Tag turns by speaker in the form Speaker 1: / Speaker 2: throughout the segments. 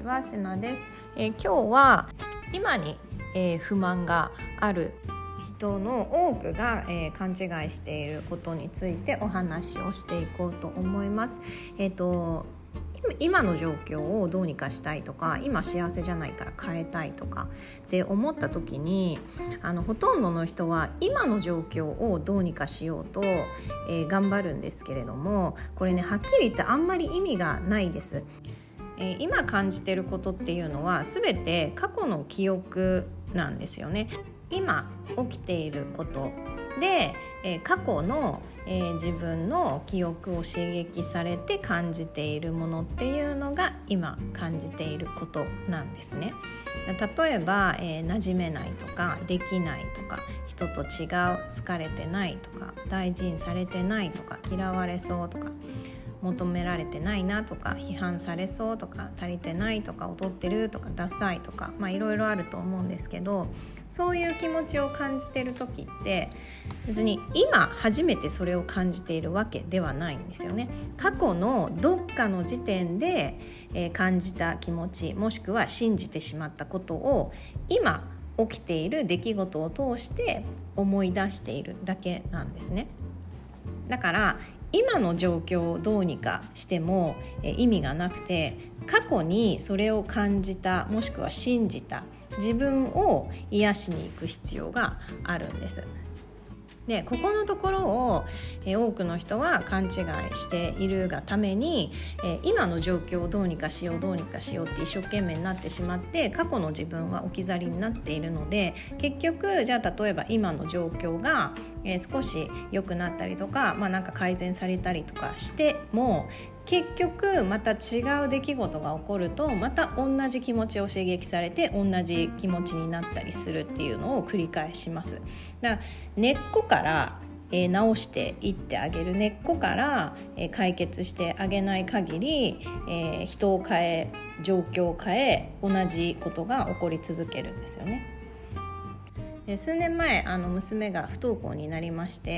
Speaker 1: はセナです。今日は今に、不満がある人の多くが、勘違いしていることについてお話をしていこうと思います。今の状況をどうにかしたいとか、今幸せじゃないから変えたいとかって思った時に、ほとんどの人は今の状況をどうにかしようと、頑張るんですけれども、これね、はっきり言ってあんまり意味がないです。今感じてることっていうのは全て過去の記憶なんですよね。今起きていることで、過去の自分の記憶を刺激されて感じているものっていうのが今感じていることなんですね。例えば、馴染めないとかできないとか、人と違う、好かれてないとか、大事にされてないとか、嫌われそうとか、求められてないなとか、批判されそうとか、足りてないとか、劣ってるとか、ダサいとか、いろいろあると思うんですけど、そういう気持ちを感じている時って別に今初めてそれを感じているわけではないんですよね。過去のどっかの時点で、感じた気持ち、もしくは信じてしまったことを今起きている出来事を通して思い出しているだけなんですね。だから今の状況をどうにかしても意味がなくて、過去にそれを感じた、もしくは信じた自分を癒しに行く必要があるんです。で、ここのところを、多くの人は勘違いしているがために、今の状況をどうにかしようって一生懸命になってしまって、過去の自分は置き去りになっているので、結局じゃあ例えば今の状況が、少し良くなったりとか、なんか改善されたりとかしても、結局また違う出来事が起こると、また同じ気持ちを刺激されて同じ気持ちになったりするっていうのを繰り返します。だから根っこから直していってあげる、根っこから解決してあげない限り、人を変え、状況を変え、同じことが起こり続けるんですよね。数年前娘が不登校になりまして、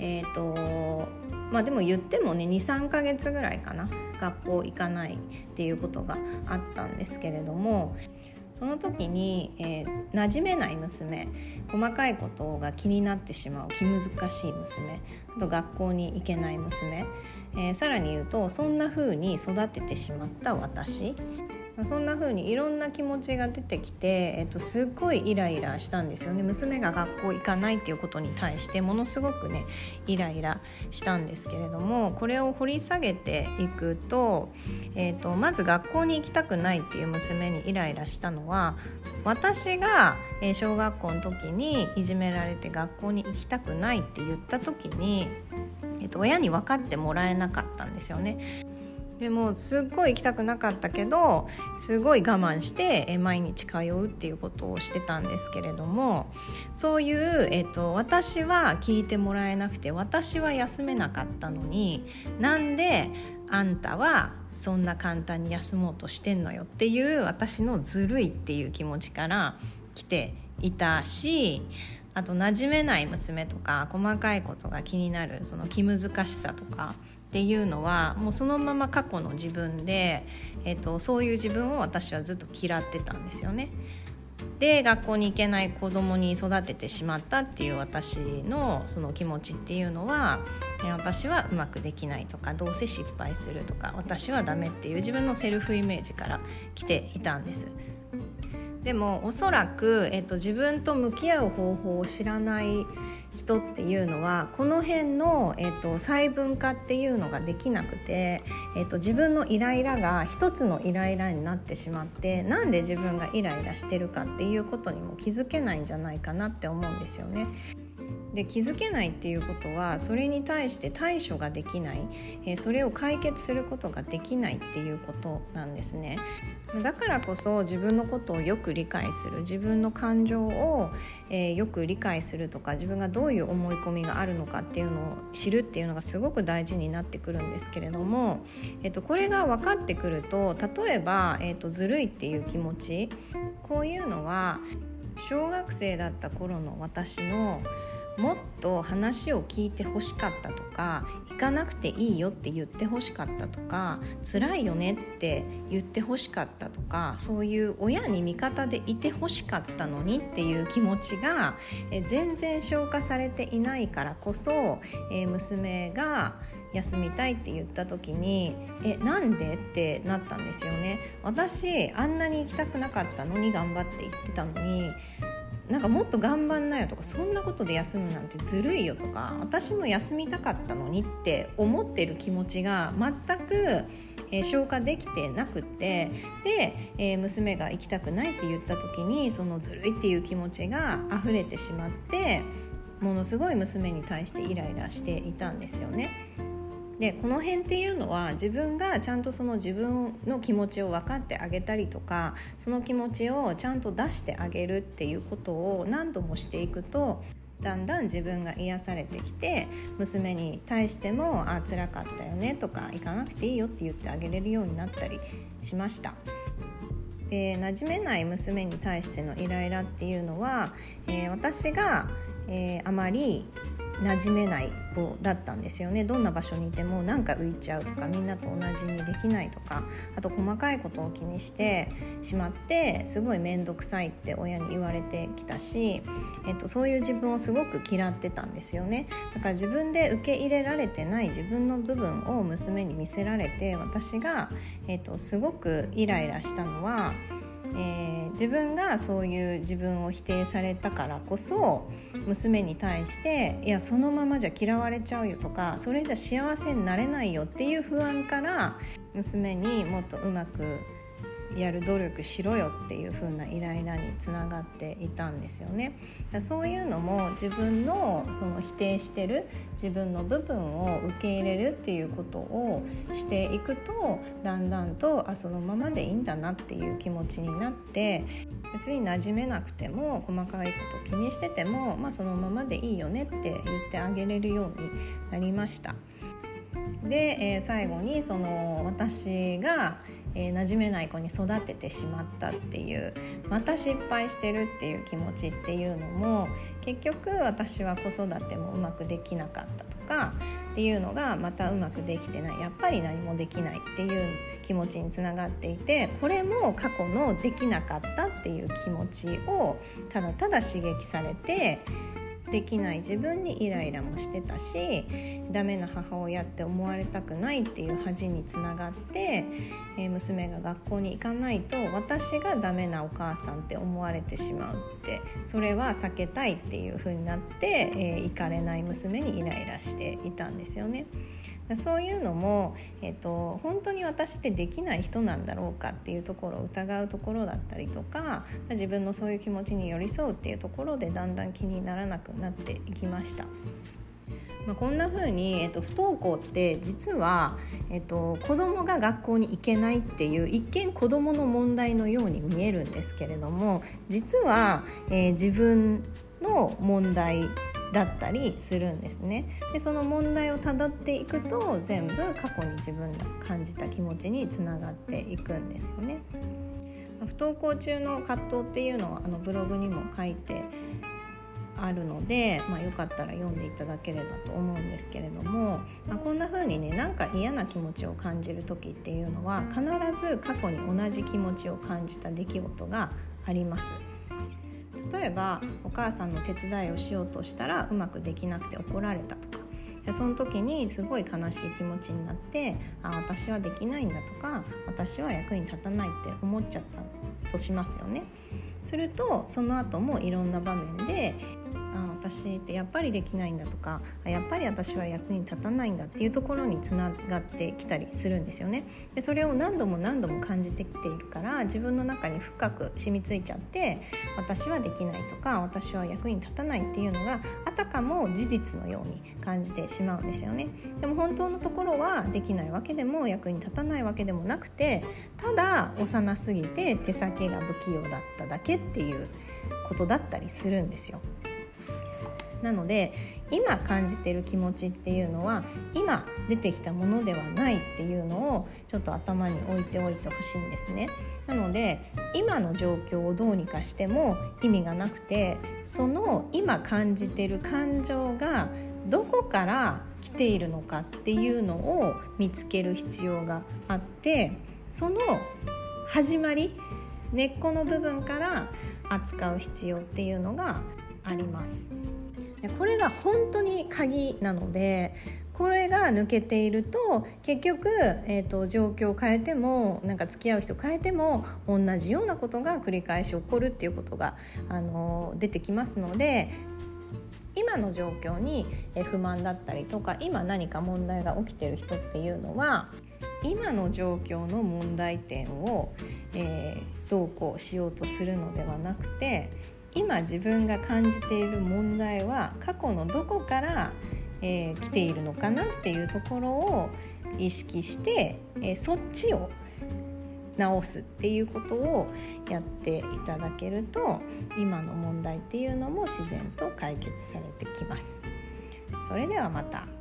Speaker 1: でも言ってもね 2,3 ヶ月ぐらいかな、学校行かないっていうことがあったんですけれども、その時に、馴染めない娘、細かいことが気になってしまう気難しい娘、あと学校に行けない娘、さらに言うとそんな風に育ててしまった私、そんな風にいろんな気持ちが出てきて、すっごいイライラしたんですよね。娘が学校行かないっていうことに対してものすごくねイライラしたんですけれども、これを掘り下げていくと、まず学校に行きたくないっていう娘にイライラしたのは、私が小学校の時にいじめられて学校に行きたくないって言った時に、親に分かってもらえなかったんですよね。でもすっごい行きたくなかったけど、すごい我慢して毎日通うっていうことをしてたんですけれども、そういう、私は聞いてもらえなくて、私は休めなかったのに、なんであんたはそんな簡単に休もうとしてんのよっていう私のずるいっていう気持ちから来ていたし、あと馴染めない娘とか細かいことが気になるその気難しさとかっていうのはもうそのまま過去の自分で、そういう自分を私はずっと嫌ってたんですよね。で、学校に行けない子供に育ててしまったっていう私のその気持ちっていうのは、私はうまくできないとか、どうせ失敗するとか、私はダメっていう自分のセルフイメージから来ていたんです。でもおそらく、自分と向き合う方法を知らない人っていうのは、この辺の、細分化っていうのができなくて、自分のイライラが一つのイライラになってしまって、なんで自分がイライラしてるかっていうことにも気づけないんじゃないかなって思うんですよね。で、気づけないっていうことは、それに対して対処ができない、それを解決することができないっていうことなんですね。だからこそ自分のことをよく理解する、自分の感情を、よく理解するとか、自分がどういう思い込みがあるのかっていうのを知るっていうのがすごく大事になってくるんですけれども、これが分かってくると、例えば、ずるいっていう気持ち、こういうのは小学生だった頃の私のもっと話を聞いてほしかったとか、行かなくていいよって言ってほしかったとか、辛いよねって言ってほしかったとか、そういう親に味方でいてほしかったのにっていう気持ちが全然消化されていないからこそ、娘が休みたいって言った時になんでってなったんですよね。私あんなに行きたくなかったのに頑張って行ってたのに、なんかもっと頑張んなよとか、そんなことで休むなんてずるいよとか、私も休みたかったのにって思ってる気持ちが全く消化できてなくて、で、娘が行きたくないって言った時にそのずるいっていう気持ちが溢れてしまって、ものすごい娘に対してイライラしていたんですよね。でこの辺っていうのは、自分がちゃんとその自分の気持ちを分かってあげたりとか、その気持ちをちゃんと出してあげるっていうことを何度もしていくと、だんだん自分が癒されてきて、娘に対しても辛かったよねとか、行かなくていいよって言ってあげれるようになったりしました。で馴染めない娘に対してのイライラっていうのは、私が、あまり馴染めない子だったんですよね。どんな場所にいてもなんか浮いちゃうとか、みんなと同じにできないとか、あと細かいことを気にしてしまってすごい面倒くさいって親に言われてきたし、そういう自分をすごく嫌ってたんですよね。だから自分で受け入れられてない自分の部分を娘に見せられて、私が、すごくイライラしたのは、自分がそういう自分を否定されたからこそ、娘に対していやそのままじゃ嫌われちゃうよとか、それじゃ幸せになれないよっていう不安から、娘にもっとうまくやる努力しろよっていう風なイライラにつながっていたんですよね。そういうのも自分のその否定してる自分の部分を受け入れるっていうことをしていくと、だんだんとそのままでいいんだなっていう気持ちになって、別に馴染めなくても細かいこと気にしてても、そのままでいいよねって言ってあげれるようになりました。で、最後にその私が馴染めない子に育ててしまったっていう、また失敗してるっていう気持ちっていうのも、結局私は子育てもうまくできなかったとかっていうのが、またうまくできてない、やっぱり何もできないっていう気持ちにつながっていて、これも過去のできなかったっていう気持ちをただただ刺激されて、できない自分にイライラもしてたし、ダメな母親って思われたくないっていう恥につながって、娘が学校に行かないと私がダメなお母さんって思われてしまうって、それは避けたいっていう風になって、行かれない娘にイライラしていたんですよね。そういうのも、本当に私ってできない人なんだろうかっていうところを疑うところだったりとか、自分のそういう気持ちに寄り添うっていうところでだんだん気にならなくなっていきました。こんな風に、不登校って実は、子供が学校に行けないっていう一見子供の問題のように見えるんですけれども、実は、自分の問題だったりするんですね。でその問題をたどっていくと、全部過去に自分が感じた気持ちにつながっていくんですよね。不登校中の葛藤っていうのはブログにも書いてあるので、よかったら読んでいただければと思うんですけれども、こんな風にね、なんか嫌な気持ちを感じる時っていうのは、必ず過去に同じ気持ちを感じた出来事があります。例えばお母さんの手伝いをしようとしたらうまくできなくて怒られたとか、その時にすごい悲しい気持ちになって、私はできないんだとか、私は役に立たないって思っちゃったとしますよね。するとその後もいろんな場面で私ってやっぱりできないんだとか、やっぱり私は役に立たないんだっていうところにつながってきたりするんですよね。でそれを何度も何度も感じてきているから、自分の中に深く染みついちゃって、私はできないとか私は役に立たないっていうのがあたかも事実のように感じてしまうんですよね。でも本当のところはできないわけでも役に立たないわけでもなくて、ただ幼すぎて手先が不器用だっただけっていうことだったりするんですよ。 なので今感じてる気持ちっていうのは今出てきたものではないっていうのをちょっと頭に置いておいてほしいんですね。なので今の状況をどうにかしても意味がなくて、その今感じてる感情がどこから来ているのかっていうのを見つける必要があって、その始まり、根っこの部分から扱う必要っていうのがあります。でこれが本当に鍵なので、これが抜けていると結局、状況を変えても付き合う人変えても同じようなことが繰り返し起こるっていうことが、出てきますので、今の状況に不満だったりとか今何か問題が起きている人っていうのは今の状況の問題点を、どうこうしようとするのではなくて、今自分が感じている問題は過去のどこから、来ているのかなっていうところを意識して、そっちを直すっていうことをやっていただけると今の問題っていうのも自然と解決されてきます。それではまた。